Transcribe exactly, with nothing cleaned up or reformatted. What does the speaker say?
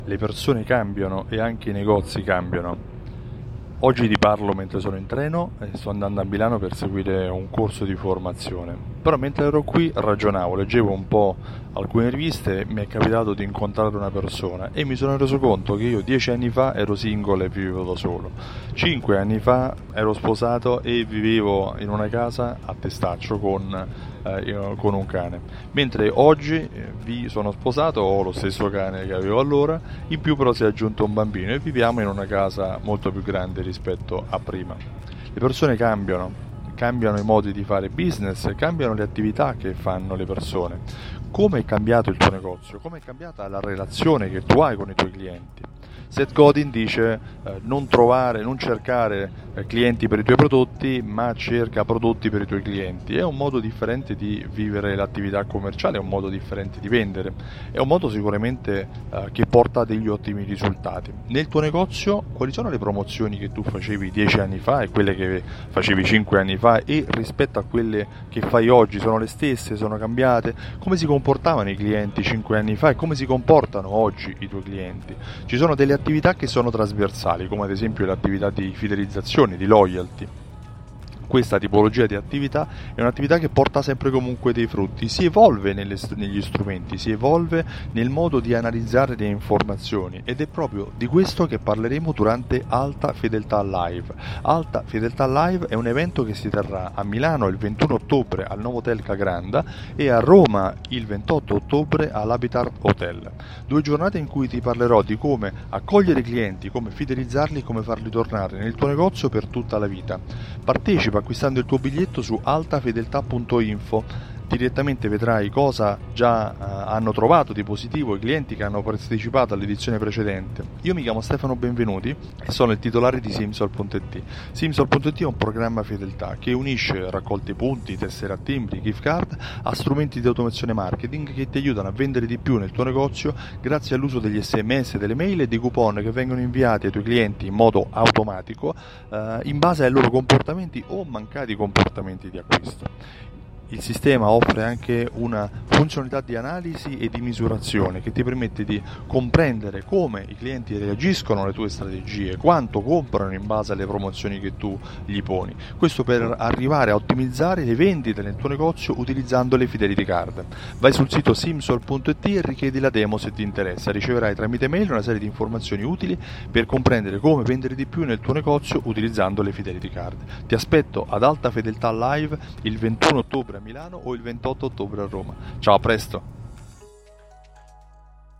Le persone cambiano e anche i negozi cambiano. Oggi ti parlo mentre sono in treno e sto andando a Milano per seguire un corso di formazione. Però mentre ero qui ragionavo, leggevo un po' alcune riviste e mi è capitato di incontrare una persona e mi sono reso conto che io dieci anni fa ero single e vivevo da solo. Cinque anni fa ero sposato e vivevo in una casa a Testaccio con, eh, con un cane. Mentre oggi eh, vi sono sposato, ho lo stesso cane che avevo allora, in più però si è aggiunto un bambino e viviamo in una casa molto più grande rispetto a prima. Le persone cambiano, cambiano i modi di fare business, cambiano le attività che fanno le persone. Come è cambiato il tuo negozio? Come è cambiata la relazione che tu hai con i tuoi clienti? Seth Godin dice eh, non trovare, non cercare eh, clienti per i tuoi prodotti, ma cerca prodotti per i tuoi clienti. È un modo differente di vivere l'attività commerciale, è un modo differente di vendere, è un modo sicuramente eh, che porta a degli ottimi risultati. Nel tuo negozio quali sono le promozioni che tu facevi dieci anni fa e quelle che facevi cinque anni fa e rispetto a quelle che fai oggi sono le stesse, sono cambiate? Come si comportavano i clienti cinque anni fa e come si comportano oggi i tuoi clienti? Ci sono delle attività che sono trasversali, come ad esempio l'attività di fidelizzazione, di loyalty. Questa tipologia di attività è un'attività che porta sempre comunque dei frutti, si evolve nelle, negli strumenti, si evolve nel modo di analizzare le informazioni ed è proprio di questo che parleremo durante Alta Fedeltà Live. Alta Fedeltà Live è un evento che si terrà a Milano il ventuno ottobre al Novotel Cagranda e a Roma il ventotto ottobre all'Habitat Hotel. Due giornate in cui ti parlerò di come accogliere i clienti, come fidelizzarli e come farli tornare nel tuo negozio per tutta la vita. Partecipa acquistando il tuo biglietto su altafedeltà punto info. Direttamente vedrai cosa già uh, hanno trovato di positivo i clienti che hanno partecipato all'edizione precedente. Io mi chiamo Stefano Benvenuti e sono il titolare di Simsol punto it. Simsol punto it è un programma fedeltà che unisce raccolte punti, tessere a timbri, gift card a strumenti di automazione marketing che ti aiutano a vendere di più nel tuo negozio grazie all'uso degli sms, delle mail e dei coupon che vengono inviati ai tuoi clienti in modo automatico uh, in base ai loro comportamenti o mancati comportamenti di acquisto. Il sistema offre anche una funzionalità di analisi e di misurazione che ti permette di comprendere come i clienti reagiscono alle tue strategie, quanto comprano in base alle promozioni che tu gli poni. Questo per arrivare a ottimizzare le vendite nel tuo negozio utilizzando le Fidelity Card. Vai sul sito simsol punto it e richiedi la demo se ti interessa. Riceverai tramite mail una serie di informazioni utili per comprendere come vendere di più nel tuo negozio utilizzando le Fidelity Card. Ti aspetto ad Alta Fedeltà Live il ventuno ottobre a Milano o il ventotto ottobre a Roma. Ciao, a presto!